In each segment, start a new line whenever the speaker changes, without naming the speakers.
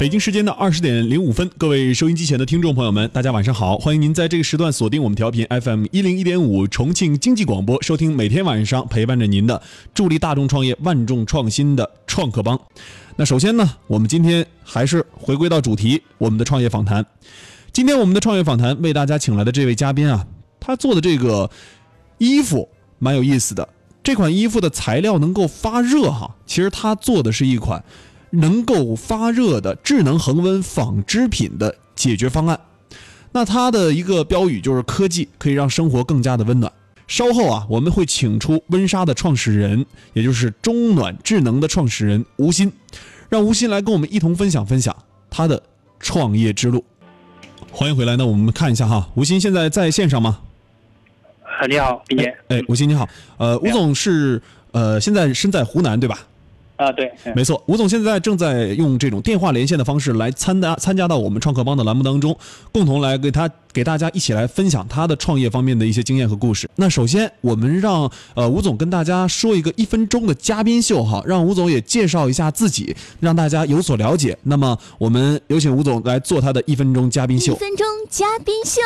北京时间的20:05，各位收音机前的听众朋友们，大家晚上好！欢迎您在这个时段锁定我们调频 FM 101.5重庆经济广播，收听每天晚上陪伴着您的助力大众创业、万众创新的创客帮。那首先呢，我们今天还是回归到主题，我们的创业访谈。今天我们的创业访谈为大家请来的这位嘉宾啊，他做的这个衣服蛮有意思的。这款衣服的材料能够发热哈，其实他做的是一款能够发热的智能恒温纺织品的解决方案。那它的一个标语就是科技可以让生活更加的温暖。稍后啊，我们会请出温莎的创始人，也就是中暖智能的创始人吴鑫，让吴鑫来跟我们一同分享他的创业之路。欢迎回来呢，我们看一下哈，吴鑫现在在线上吗？
你好，并且
吴鑫你好，吴总是现在身在湖南对吧？
对，
没错，吴总现在正在用这种电话连线的方式来参加到我们创客帮的栏目当中，共同来给大家一起来分享他的创业方面的一些经验和故事。那首先我们让吴总跟大家说一个1分钟的嘉宾秀哈，让吴总也介绍一下自己，让大家有所了解。那么我们有请吴总来做他的1分钟嘉宾秀。
1分钟嘉宾秀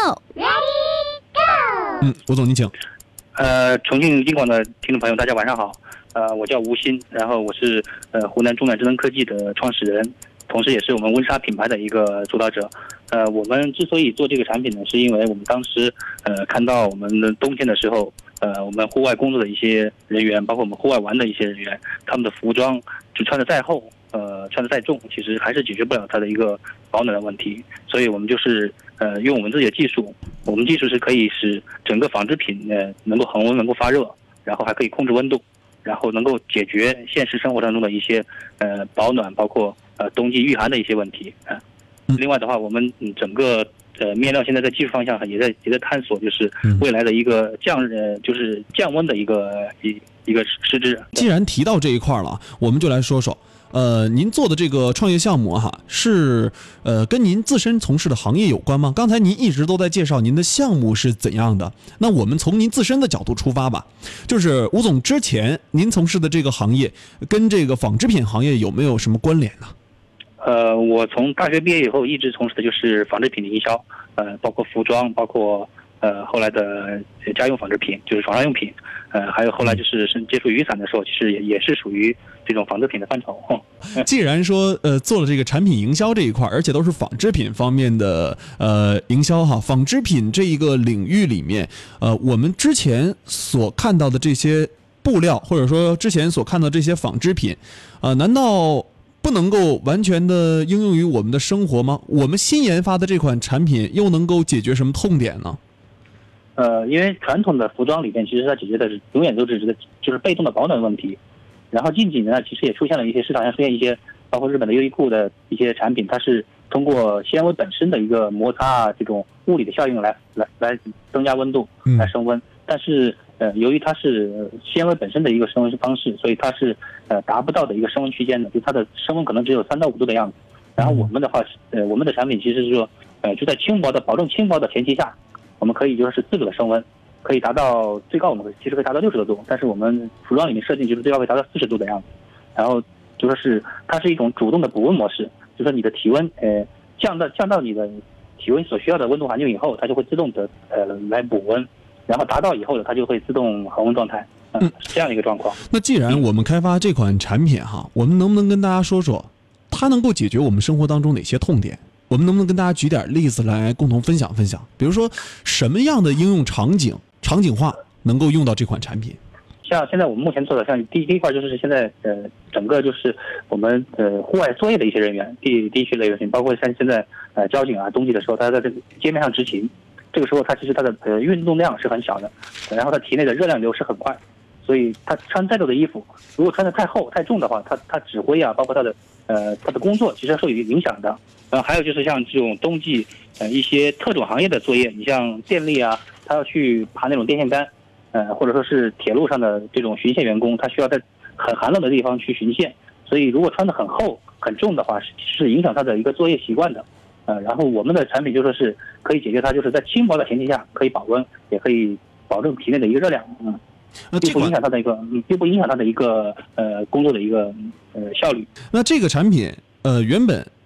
，Ready Go！
吴总您请。
重庆经广的听众朋友，大家晚上好。我叫吴鑫，然后我是湖南中暖智能科技的创始人，同时也是我们温莎品牌的一个主导者。我们之所以做这个产品呢，是因为我们当时看到我们的冬天的时候，我们户外工作的一些人员，包括我们户外玩的一些人员，他们的服装就穿得再厚，穿得再重，其实还是解决不了它的一个保暖的问题。所以我们就是用我们自己的技术，我们技术是可以使整个纺织品能够恒温，能够发热，然后还可以控制温度。然后能够解决现实生活当中的一些保暖，包括冬季御寒的一些问题另外的话，我们整个面料现在在技术方向也在探索，就是未来的一个就是降温的一个实质。
既然提到这一块了，我们就来说说。您做的这个创业项目哈，是跟您自身从事的行业有关吗？刚才您一直都在介绍您的项目是怎样的，那我们从您自身的角度出发吧，就是吴总之前您从事的这个行业跟这个纺织品行业有没有什么关联呢？
我从大学毕业以后一直从事的就是纺织品的营销，包括服装，包括后来的家用纺织品，就是床上用品，还有后来就是接触雨伞的时候，其实也是属于这种纺织品的范畴。
既然说做了这个产品营销这一块，而且都是纺织品方面的营销哈，纺织品这一个领域里面，我们之前所看到的这些布料，或者说之前所看到这些纺织品，难道不能够完全的应用于我们的生活吗？我们新研发的这款产品又能够解决什么痛点呢？
因为传统的服装里面，其实它解决的是永远都是就是被动的保暖问题。然后近几年呢，其实也出现了一些市场上出现一些，包括日本的优衣库的一些产品，它是通过纤维本身的一个摩擦这种物理的效应来增加温度，来升温。但是由于它是纤维本身的一个升温方式，所以它是达不到的一个升温区间的，就它的升温可能只有3到5度的样子。然后我们的话，我们的产品其实是说，就在保证轻薄的前提下，我们可以就是自主的升温，可以达到最高，我们其实可以达到60多度，但是我们服装里面设定就是最高可以达到40度的样子。然后就说是它是一种主动的补温模式，就说你的体温降到你的体温所需要的温度环境以后，它就会自动的来补温，然后达到以后呢，它就会自动恒温状态。是这样一个状况。
那既然我们开发这款产品哈，我们能不能跟大家说说，它能够解决我们生活当中哪些痛点？我们能不能跟大家举点例子来共同分享？比如说什么样的应用场景化能够用到这款产品？
像现在我们目前做的，像第一块就是现在整个就是我们户外作业的一些人员，第一区类人员，包括像现在交警啊，冬季的时候他在这个街面上执勤，这个时候他其实他的运动量是很小的，然后他体内的热量流失很快，所以他穿再多的衣服，如果穿得太厚太重的话，他指挥啊，包括他的工作其实受影响的。然后还有就是像这种冬季一些特种行业的作业，你像电力啊，他要去爬那种电线杆，或者说是铁路上的这种巡线员工，他需要在很寒冷的地方去巡线，所以如果穿得很厚很重的话，是影响他的一个作业习惯的。然后我们的产品就说是可以解决它，就是在轻薄的前提下可以保温，也可以保证体内的一个热量，并不影响它的一个工作的一个效率。
那这个产品原本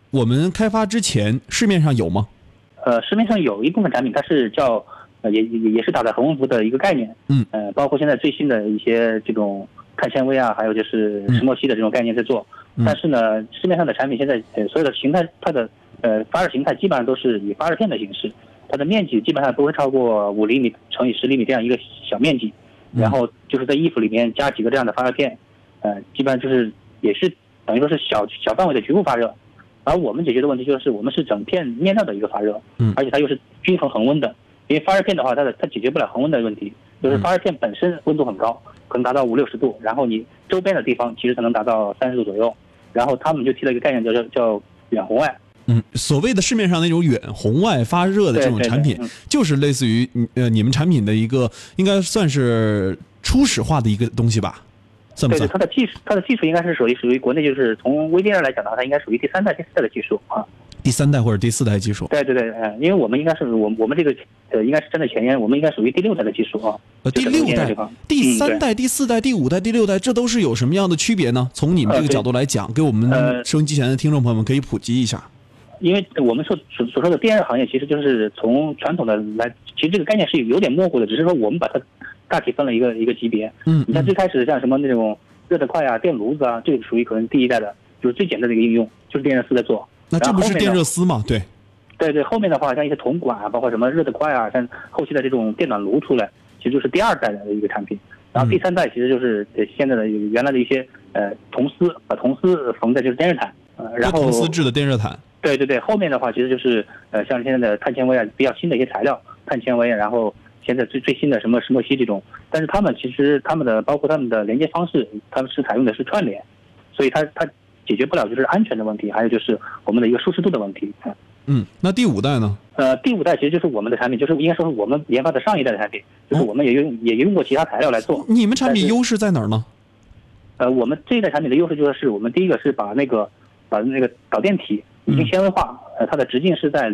我们开发之前市面上有吗？
市面上有一部分产品它是叫也是打在恒温服的一个概念，包括现在最新的一些这种碳纤维啊，还有就是石墨烯的这种概念在做，但是呢，市面上的产品现在所有的形态，它的发热形态基本上都是以发热片的形式，它的面积基本上不会超过5厘米乘以10厘米这样一个小面积，然后就是在衣服里面加几个这样的发热片，基本上就是也是等于说是小范围的局部发热。而我们解决的问题就是我们是整片面料的一个发热，而且它又是均衡恒温的。因为发热片的话，它解决不了恒温的问题，就是发热片本身温度很高，可能达到50-60度，然后你周边的地方其实才能达到30度左右。然后他们就提了一个概念叫远红外。
所谓的市面上那种远红外发热的这种产品，就是类似于你们产品的一个应该算是初始化的一个东西吧？算不算？
对，它的技术应该是属于国内，就是从微电热来讲的话，它应该属于第3代、第4代的技术啊。
第3代或者第4代技术？
对，因为我们应该是我们这个应该是站在前沿，我们应该属于第6代的技术啊。
第6代、第3代、第4代、第5代、第6代，这都是有什么样的区别呢？从你们这个角度来讲，给我们收音机前的听众朋友们可以普及一下。
因为我们所说的电热行业，其实就是从传统的来，其实这个概念是有点模糊的，只是说我们把它大体分了一个级别。你看最开始像什么那种热得快啊、电炉子啊，这个属于可能第1代的，就是最简单的一个应用，就是电热丝在做。
那这不是电热丝吗？对，
后面的话像一些铜管啊，包括什么热得快啊，像后期的这种电暖炉出来，其实就是第2代的一个产品。然后第3代其实就是现在的原来的一些铜丝，把铜丝缝在就是电热毯，然后
铜丝制的电热毯。
对，后面的话其实就是像现在的碳纤维啊，比较新的一些材料，碳纤维，然后现在最新的什么石墨烯这种，但是他们其实他们的包括他们的连接方式，他们是采用的是串联，所以它解决不了就是安全的问题，还有就是我们的一个舒适度的问题。
那第5代呢？
第5代其实就是我们的产品，就是应该说是我们研发的上一代的产品，就是我们也用过其他材料来做。
你们产品优势在哪儿呢？我
们这一代产品的优势就是我们第一个是把那个导电体已经纤维化，它的直径是在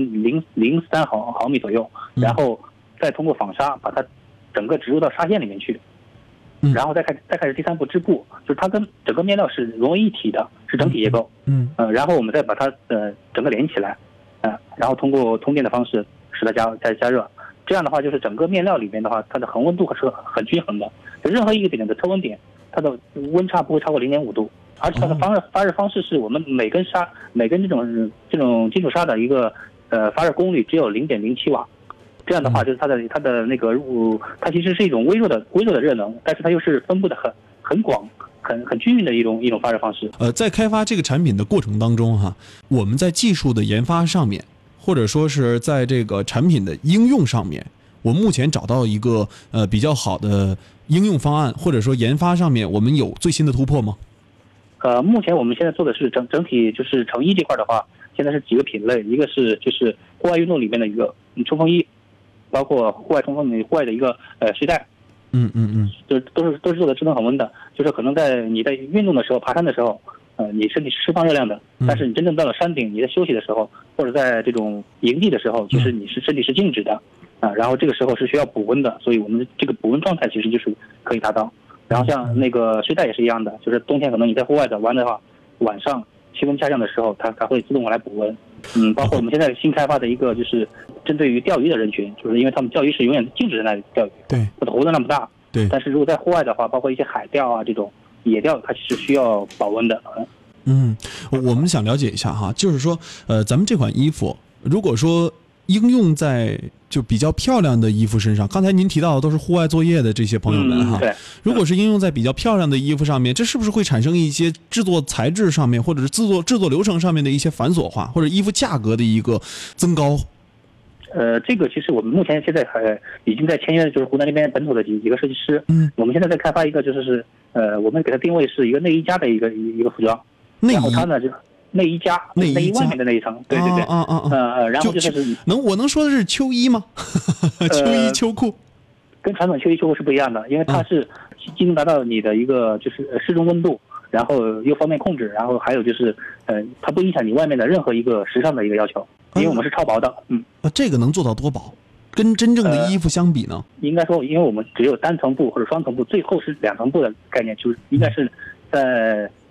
0.003毫米左右，然后再通过纺纱把它整个植入到纱线里面去，然后再开始第3步织布，就是它跟整个面料是融为一体的，是整体结构。然后我们再把它整个连起来，然后通过通电的方式使它加热，这样的话就是整个面料里面的话，它的恒温度是很均衡的，就任何一个点的特温点，它的温差不会超过0.5度。而且它的发热方式是我们每根这种金属纱的一个发热功率只有0.07瓦，这样的话就是它的那个它其实是一种微弱的热能，但是它又是分布的很广、很均匀的一种发热方式。
在开发这个产品的过程当中哈，我们在技术的研发上面，或者说是在这个产品的应用上面，我目前找到一个比较好的应用方案，或者说研发上面我们有最新的突破吗？
目前我们现在做的是整体就是成衣这块的话，现在是几个品类，一个是就是户外运动里面的一个冲锋衣，包括户外冲锋的户外的一个睡袋，就是都是做的制冷恒温的，就是可能你在运动的时候、爬山的时候，你身体是释放热量的，但是你真正到了山顶，你在休息的时候，或者在这种营地的时候，其实你身体是静止的，然后这个时候是需要补温的，所以我们这个补温状态其实就是可以达到。然后像那个睡袋也是一样的，就是冬天可能你在户外的玩的话，晚上气温下降的时候，它会自动来补温。包括我们现在新开发的一个就是针对于钓鱼的人群，就是因为他们钓鱼是永远静止在那里钓鱼，
对，
它的活动量不大，
对。
但是如果在户外的话，包括一些海钓啊这种野钓，它其实需要保温的。
我们想了解一下哈，就是说咱们这款衣服如果说应用在就比较漂亮的衣服身上，刚才您提到的都是户外作业的这些朋友们哈，
对。
如果是应用在比较漂亮的衣服上面，这是不是会产生一些制作材质上面，或者是制作流程上面的一些繁琐化，或者衣服价格的一个增高？
这个其实我们目前现在已经在签约，就是湖南这边本土的几个设计师。我们现在在开发一个，就是我们给它定位是一个内衣夹的一个服装，然后它呢就。内衣夹，内衣外面的那一层，对，然后就是
我能说的是秋衣吗？秋衣秋裤，
跟传统秋衣秋裤是不一样的，因为它是既能达到你的一个就是适中温度，然后又方便控制，然后还有就是它不影响你外面的任何一个时尚的一个要求，因为我们是超薄的。
这个能做到多薄？跟真正的衣服相比呢？
应该说，因为我们只有单层布或者双层布，最后是2层布的概念，就是应该是在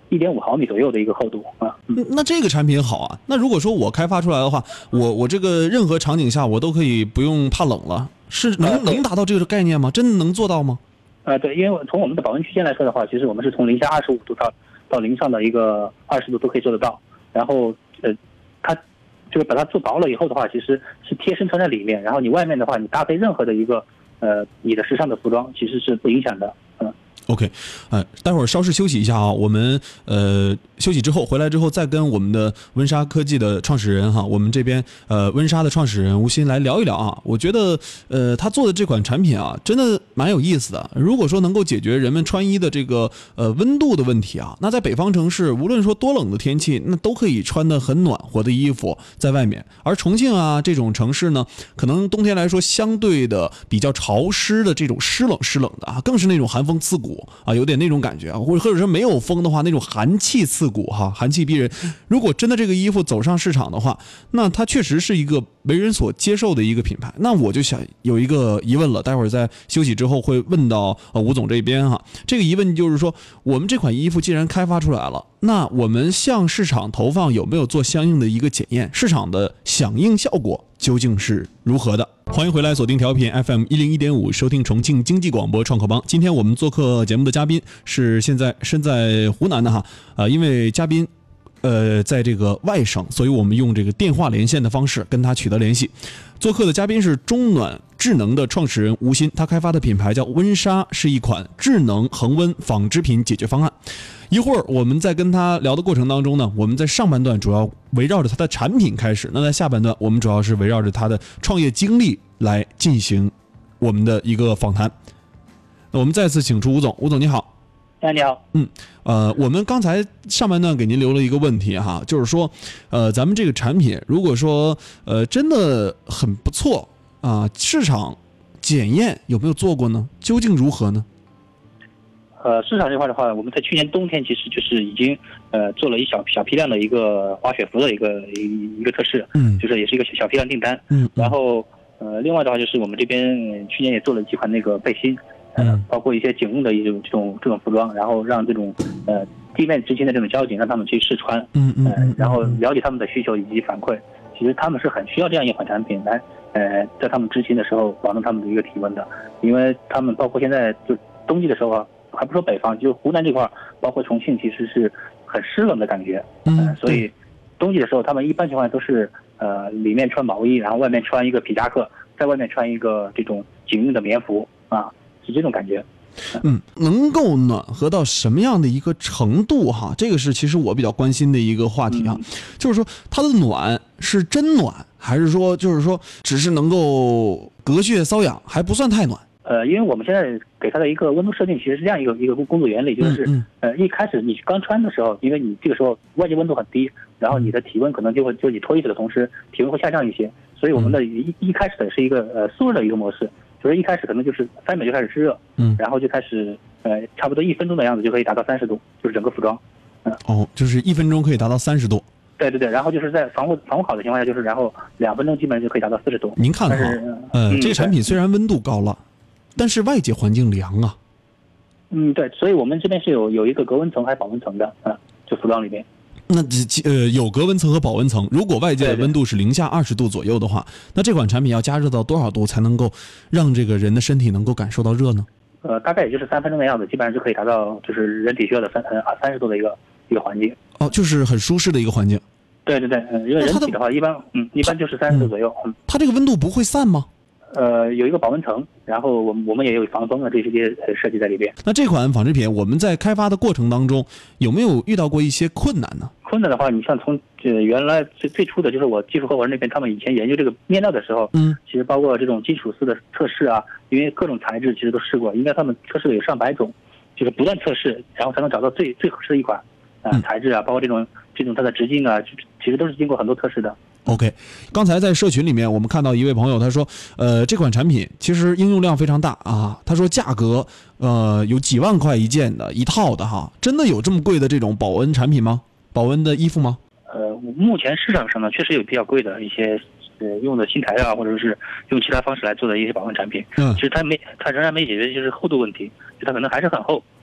1.5毫米左右的一个厚度啊。
那这个产品好啊。那如果说我开发出来的话，我这个任何场景下我都可以不用怕冷了，是能达到这个概念吗？真的能做到吗？
对，因为从我们的保温区间来说的话，其实我们是从零下25度到零上的一个20度都可以做得到。然后它就是把它做薄了以后的话，其实是贴身穿在里面，然后你外面的话，你搭配任何的一个你的时尚的服装，其实是不影响的。
OK， 待会儿稍事休息一下啊，我们休息之后回来之后再跟我们的温莎科技的创始人哈，我们这边温莎的创始人吴鑫来聊一聊啊。我觉得他做的这款产品啊，真的蛮有意思的。如果说能够解决人们穿衣的这个温度的问题啊，那在北方城市，无论说多冷的天气，那都可以穿得很暖和的衣服在外面。而重庆啊这种城市呢，可能冬天来说相对的比较潮湿的这种湿冷的啊，更是那种寒风刺骨。有点那种感觉啊，或者说没有风的话，那种寒气刺骨哈，寒气逼人。如果真的这个衣服走上市场的话，那它确实是一个为人所接受的一个品牌。那我就想有一个疑问了，待会儿在休息之后会问到吴总这边哈。这个疑问就是说，我们这款衣服既然开发出来了，那我们向市场投放有没有做相应的一个检验？市场的响应效果究竟是如何的？欢迎回来，锁定调频 FM 101.5，收听重庆经济广播创客帮。今天我们做客节目的嘉宾是现在身在湖南的哈，因为嘉宾在这个外省，所以我们用这个电话连线的方式跟他取得联系。做客的嘉宾是中暖智能的创始人吴鑫，他开发的品牌叫温莎，是一款智能恒温纺织品解决方案。一会儿我们在跟他聊的过程当中呢，我们在上半段主要围绕着他的产品开始，那在下半段我们主要是围绕着他的创业经历来进行我们的一个访谈。那我们再次请出吴总，吴总你好。
你好。
我们刚才上半段给您留了一个问题哈，就是说咱们这个产品如果说真的很不错啊，市场检验有没有做过呢？究竟如何呢？
市场这块的话，我们在去年冬天其实就是已经做了一小批量的一个滑雪服的一个测试，就是也是一个小批量订单，然后另外的话就是我们这边去年也做了几款那个背心，包括一些警用的这种服装，然后让这种地面执勤的这种交警让他们去试穿，然后了解他们的需求以及反馈，其实他们是很需要这样一款产品来在他们执勤的时候保证他们的一个体温的，因为他们包括现在就冬季的时候啊。还不说北方，就湖南这块，包括重庆，其实是很湿冷的感觉。所以冬季的时候，他们一般情况下都是里面穿毛衣，然后外面穿一个皮夹克，在外面穿一个这种警用的棉服啊，是这种感觉。
能够暖和到什么样的一个程度哈？这个是其实我比较关心的一个话题啊，就是说它的暖是真暖，还是说就是说只是能够隔血搔痒，还不算太暖？
因为我们现在给它的一个温度设定，其实是这样一个工作原理，就是一开始你刚穿的时候，因为你这个时候外界温度很低，然后你的体温可能就你脱衣服的同时，体温会下降一些，所以我们的一开始的是一个速热的一个模式，就是一开始可能就是3秒就开始湿热，然后就开始差不多1分钟的样子就可以达到30度，就是整个服装，
就是1分钟可以达到30度。
对，然后就是在防护好的情况下，就是然后2分钟基本上就可以达到40度。
您看哈，这个产品虽然温度高了，但是外界环境凉啊。
对，所以我们这边是有一个隔温层还保温层的，就服装里面。
那有隔温层和保温层，如果外界的温度是零下20度左右的话，那这款产品要加热到多少度才能够让这个人的身体能够感受到热呢？
大概也就是3分钟的样子，基本上就可以达到就是人体需要的30度的一个环境。
就是很舒适的一个环境。
对，因为人体的话一般就是30度左右。
它这个温度不会散吗？
有一个保温层，然后我们也有防风的这些设计在里边。
那这款纺织品我们在开发的过程当中有没有遇到过一些困难呢？
困难的话，你像从原来最初的就是我技术合伙人那边，他们以前研究这个面料的时候，其实包括这种金属丝的测试啊，因为各种材质其实都试过，应该他们测试了有上百种，就是不断测试，然后才能找到最合适的一款材质啊，包括这种它的直径啊，其实都是经过很多测试的。
OK， 刚才在社群里面我们看到一位朋友，他说这款产品其实应用量非常大啊，他说价格有几万块一件的一套的哈，真的有这么贵的这种保温产品吗？保温的衣服吗？
目前市场上呢确实有比较贵的一些用的新材料或者是用其他方式来做的一些保温产品，其实它仍然没解决就是厚度问题，就它可能还是很厚，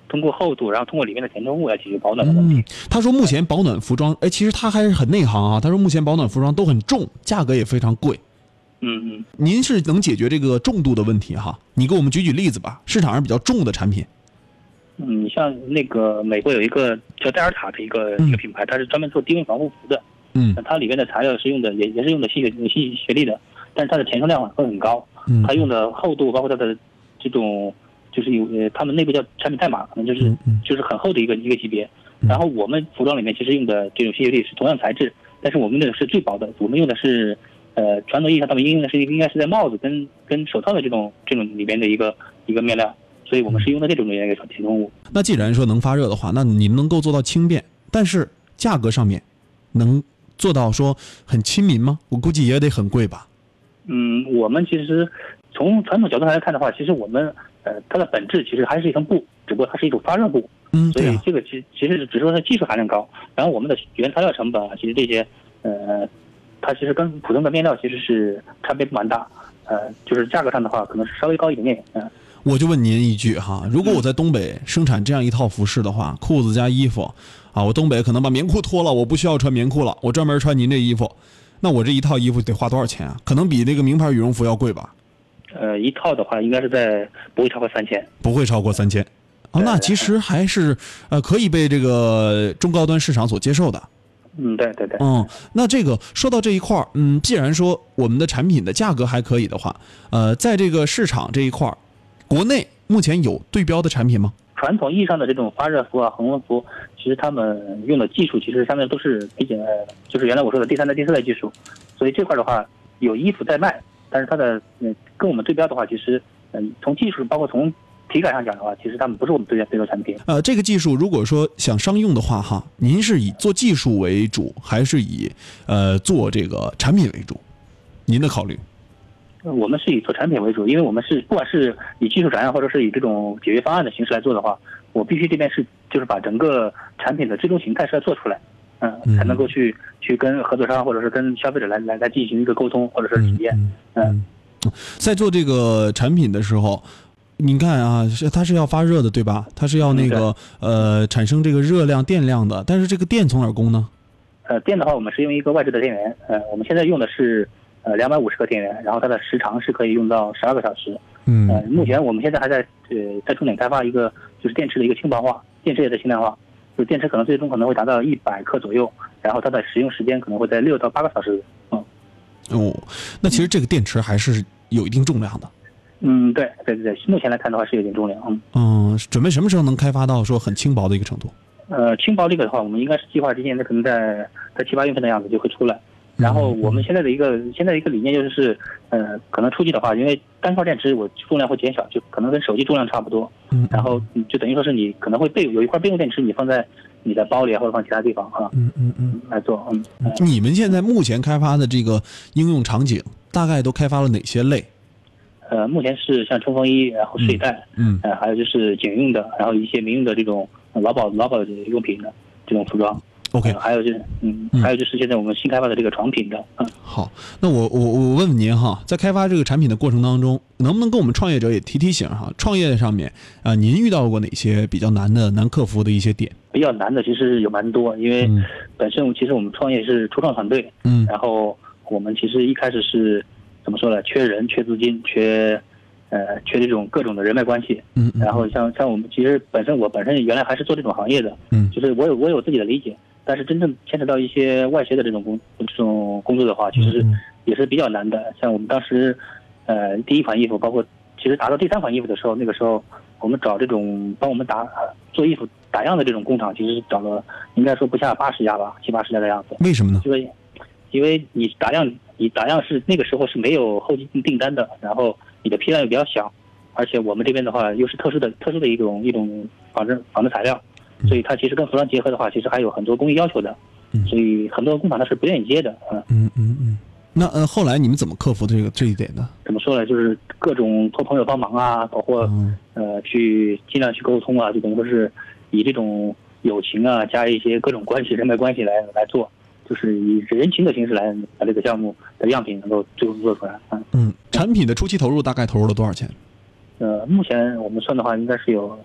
通过厚度，然后通过里面的填充物来解决保暖的问题。
他说目前保暖服装，其实他还是很内行啊。他说目前保暖服装都很重，价格也非常贵。您是能解决这个重度的问题哈？你给我们举例子吧，市场上比较重的产品。
像那个美国有一个叫戴尔塔的一个品牌，它是专门做低温防护服的。它里面的材料是用的也是用的吸血粒的，但是它的填充量会很高。它用的厚度包括它的这种就是他们内部叫产品代码，可能就是很厚的一个级别。然后我们服装里面其实用的这种吸血粒是同样材质，但是我们用的是最薄的，我们用的是传统意义上他们用的是应该是在帽子跟手套的这种里边的一个面料，所以我们是用的这种的一个填充物。
那既然说能发热的话，那你们能够做到轻便，但是价格上面能做到说很亲民吗？我估计也得很贵吧。
我们其实从传统角度上来看的话，其实我们它的本质其实还是一层布，只不过它是一种发热布。所以这个其实只是说它技术含量高，然后我们的原材料成本啊，其实这些它其实跟普通的面料其实是差别蛮大。就是价格上的话，可能是稍微高一点点。
我就问您一句哈，如果我在东北生产这样一套服饰的话，裤子加衣服啊，我东北可能把棉裤脱了，我不需要穿棉裤了，我专门穿您这衣服，那我这一套衣服得花多少钱啊？可能比那个名牌羽绒服要贵吧？
一套的话应该是不会超过3000，
不会超过3000。那其实还是可以被这个中高端市场所接受的。
对。
那这个说到这一块既然说我们的产品的价格还可以的话，在这个市场这一块，国内目前有对标的产品吗？
传统意义上的这种发热服啊、恒温服，其实他们用的技术其实相对都是比较，就是原来我说的第3代、第4代技术，所以这块的话有衣服在卖，但是它的跟我们对标的话，其实从技术包括从体感上讲的话，其实他们不是我们对标产品。
这个技术如果说想商用的话哈，您是以做技术为主，还是以做这个产品为主？您的考虑？
我们是以做产品为主，因为我们是不管是以技术展样，或者是以这种解决方案的形式来做的话，我必须这边就是把整个产品的最终形态是要做出来，才能够去跟合作商或者是跟消费者来进行一个沟通或者是体验。
在做这个产品的时候，你看啊，它是要发热的，对吧？它是要那个产生这个热量、电量的，但是这个电从哪儿供呢？
电的话，我们是用一个外置的电源，我们现在用的是250个电源，然后它的时长是可以用到12个小时。目前我们现在还在重点开发一个就是电池的一个轻薄化，电池也在轻量化，就是电池可能最终可能会达到100克左右，然后它的使用时间可能会在6到8个小时。
那其实这个电池还是有一定重量的。
对，目前来看的话是有点重量。
准备什么时候能开发到说很轻薄的一个程度？
轻薄这个的话，我们应该是计划今年可能在7、8月份的样子就会出来。然后我们现在的一个理念就是，可能初期的话，因为单块电池我重量会减小，就可能跟手机重量差不多。然后就等于说是你可能会有一块备用电池，你放在你的包里或者放其他地方啊。来做。
你们现在目前开发的这个应用场景，大概都开发了哪些类？
目前是像冲锋衣，然后睡袋，还有就是警用的，然后一些民用的这种劳保用品的这种服装。
OK，
还有就是现在我们新开发的这个床品的。
好，那我问问您哈，在开发这个产品的过程当中，能不能跟我们创业者也提醒哈？创业上面您遇到过哪些比较难克服的一些点？
比较难的其实有蛮多，因为本身其实我们创业是初创团队，然后我们其实一开始是怎么说呢？缺人、缺资金、缺这种各种的人脉关系。然后像我们其实我本身原来还是做这种行业的，就是我有自己的理解。但是真正牵扯到一些外协的这种工作的话，其实也是比较难的。像我们当时，第一款衣服，包括其实达到第3款衣服的时候，那个时候我们找这种帮我们做衣服打样的这种工厂，其实找了应该说不下80家吧，70、80家的样子。
为什么呢？
因为你打样是那个时候是没有后继订单的，然后你的批量又比较小，而且我们这边的话又是特殊的一种纺织材料。所以它其实跟服装结合的话，其实还有很多工艺要求的，所以很多工厂它是不愿意接的。
那后来你们怎么克服这一点呢？
怎么说呢？就是各种托朋友帮忙啊，包括去尽量去沟通啊，就等于说是以这种友情啊，加一些各种关系、人脉关系来做，就是以人情的形式来把这个项目的样品能够最终做出来。产
品的初期投入大概投入了多少钱？
目前我们算的话，应该是有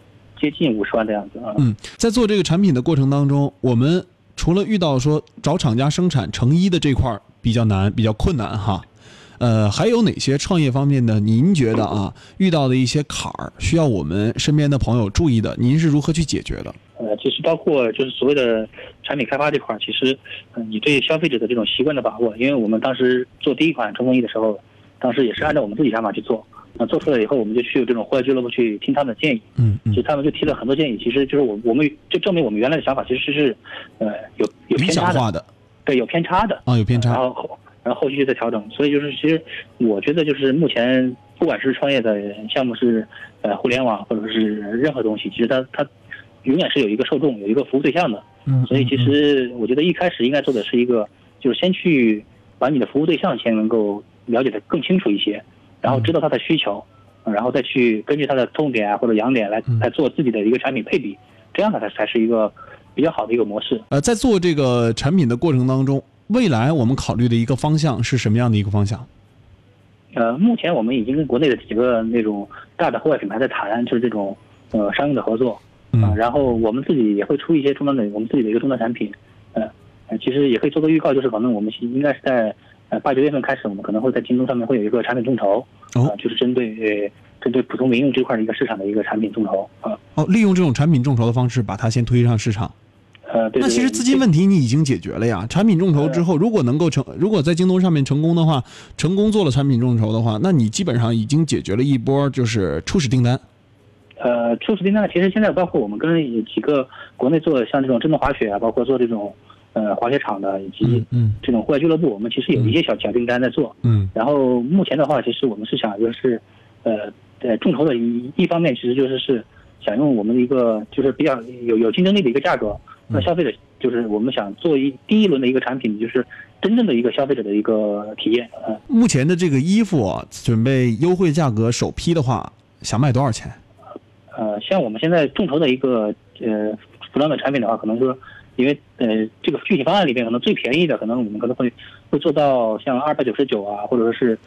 接近50万的样子啊。
在做这个产品的过程当中，我们除了遇到说找厂家生产成衣的这块比较难、比较困难哈，还有哪些创业方面的您觉得啊遇到的一些坎儿需要我们身边的朋友注意的？您是如何去解决的？
其实包括就是所谓的产品开发这块，其实你对消费者的这种习惯的把握，因为我们当时做第一款冲锋衣的时候，当时也是按照我们自己想法去做。做出来以后，我们就去这种户外俱乐部去听他们的建议。其实他们就提了很多建议，其实就是我们就证明我们原来的想法其实是有偏差的，对，有偏差的
啊，有偏差。
然后后续就在调整。所以就是其实我觉得就是目前不管是创业的项目是互联网或者是任何东西，其实它永远是有一个受众，有一个服务对象的。所以其实我觉得一开始应该做的是一个，就是先去把你的服务对象先能够了解的更清楚一些。然后知道他的需求，然后再去根据他的痛点啊或者痒点来做自己的一个产品配比，这样的才是一个比较好的一个模式。
在做这个产品的过程当中，未来我们考虑的一个方向是什么样的一个方向？
目前我们已经跟国内的几个那种大的户外品牌在谈，就是这种商用的合作然后我们自己也会出一些终端的我们自己的一个终端产品。其实也可以做个预告，就是可能我们应该是在8、9月份开始，我们可能会在京东上面会有一个产品众筹，就是针对普通民用这块的一个市场的一个产品众筹
利用这种产品众筹的方式把它先推上市场。
对。
那其实资金问题你已经解决了呀。产品众筹之后，如果在京东上面成功的话，成功做了产品众筹的话，那你基本上已经解决了一波就是初始订单。
初始订单其实现在包括我们跟几个国内做像这种震动滑雪啊，包括做这种滑雪场的以及这种户外俱乐部，我们其实有一些小订单在做。然后目前的话，其实我们是想就是众筹的一方面，其实是想用我们的一个就是比较有竞争力的一个价格，那消费者就是我们想做第一轮的一个产品，就是真正的一个消费者的一个体验。
目前的这个衣服准备优惠价格首批的话，想卖多少钱？
像我们现在众筹的一个服装的产品的话，可能说因为这个具体方案里面可能最便宜的，可能我们可能会做到像299啊，或者说是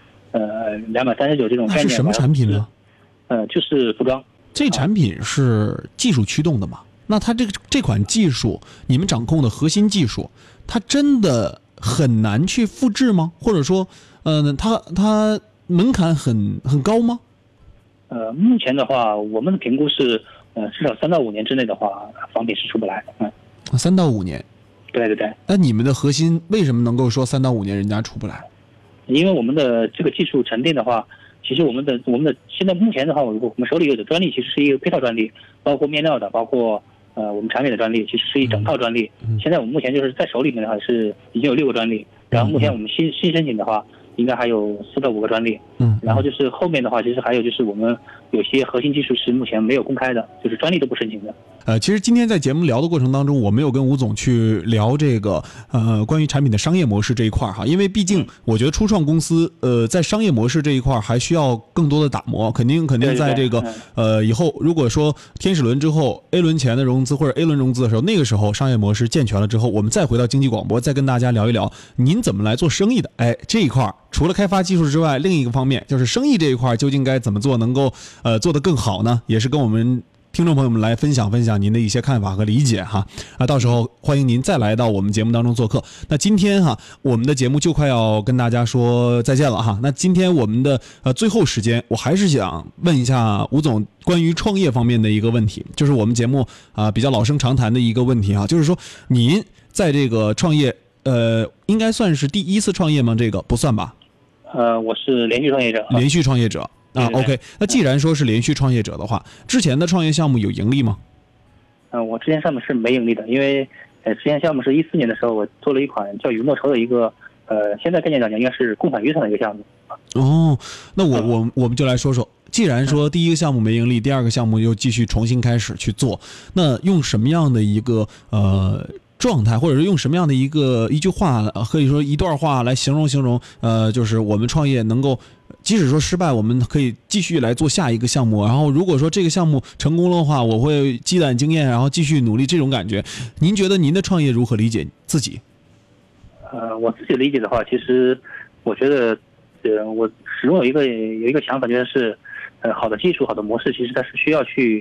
239这种概念。
是什么产品呢？
就是服装。
这产品是技术驱动的嘛？那它这款技术，你们掌控的核心技术，它真的很难去复制吗？或者说，它门槛很高吗？
目前的话，我们的评估是，至少3到5年之内的话，仿品是出不来。
3到5年。对。那你们的核心为什么能够说3到5年人家出不来？
因为我们的这个技术沉淀的话，其实我们的现在目前的话，我们手里有的专利其实是一个配套专利，包括面料的，包括我们产品的专利，其实是一整套专利。现在我们目前就是在手里面的话是已经有6个专利，然后目前我们新申请的话，应该还有4到5个专利。然后就是后面的话，其实还有就是我们有些核心技术是目前没有公开的，就是专利都不申请的。
其实今天在节目聊的过程当中，我没有跟吴总去聊这个关于产品的商业模式这一块哈，因为毕竟我觉得初创公司在商业模式这一块还需要更多的打磨，肯定在这个以后如果说天使轮之后 A 轮前的融资或者 A 轮融资的时候，那个时候商业模式健全了之后，我们再回到经济广播，再跟大家聊一聊您怎么来做生意的。这一块除了开发技术之外，另一个方面就是生意这一块究竟该怎么做能够做得更好呢？也是跟我们听众朋友们来分享您的一些看法和理解哈。到时候欢迎您再来到我们节目当中做客。那今天我们的节目就快要跟大家说再见了哈。那今天我们的最后时间，我还是想问一下吴总关于创业方面的一个问题，就是我们节目比较老生常谈的一个问题哈，就是说您在这个创业应该算是第一次创业吗？这个不算吧？
我是连续创业者。连续创业者。
OK， 那既然说是连续创业者的话，之前的创业项目有盈利吗？
我之前项目是没盈利的，因为之前项目是14年的时候，我做了一款叫雨诺筹的一个现在概念讲应该是共享预算的一个项目。
那我们就来说说，既然说第一个项目没盈利，第二个项目又继续重新开始去做，那用什么样的一个状态，或者是用什么样的一句话，可以说一段话来形容，就是我们创业能够，即使说失败，我们可以继续来做下一个项目。然后如果说这个项目成功的话，我会积攒经验，然后继续努力。这种感觉，您觉得您的创业如何理解自己？
我自己理解的话，其实我觉得，我始终有一个想法，觉得是，好的技术、好的模式，其实它是需要去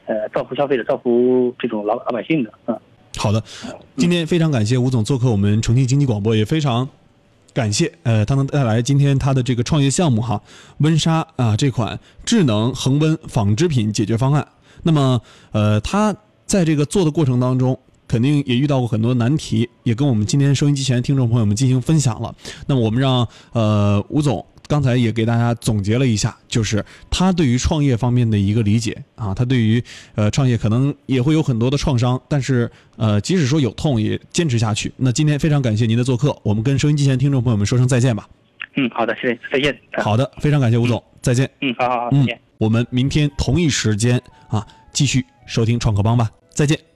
造福消费者、造福这种老百姓的啊。
好的，今天非常感谢吴总做客我们重庆经济广播，也非常感谢他能带来今天他的这个创业项目哈，温莎啊这款智能恒温纺织品解决方案。那么他在这个做的过程当中，肯定也遇到过很多难题，也跟我们今天收音机前的听众朋友们进行分享了。那么我们让吴总刚才也给大家总结了一下，就是他对于创业方面的一个理解啊，他对于创业可能也会有很多的创伤，但是即使说有痛也坚持下去。那今天非常感谢您的做客，我们跟收音机前的听众朋友们说声再见吧。
好的，谢谢，再见。
好的，非常感谢吴总，再见。
好，再见。
我们明天同一时间啊继续收听创客帮吧，再见。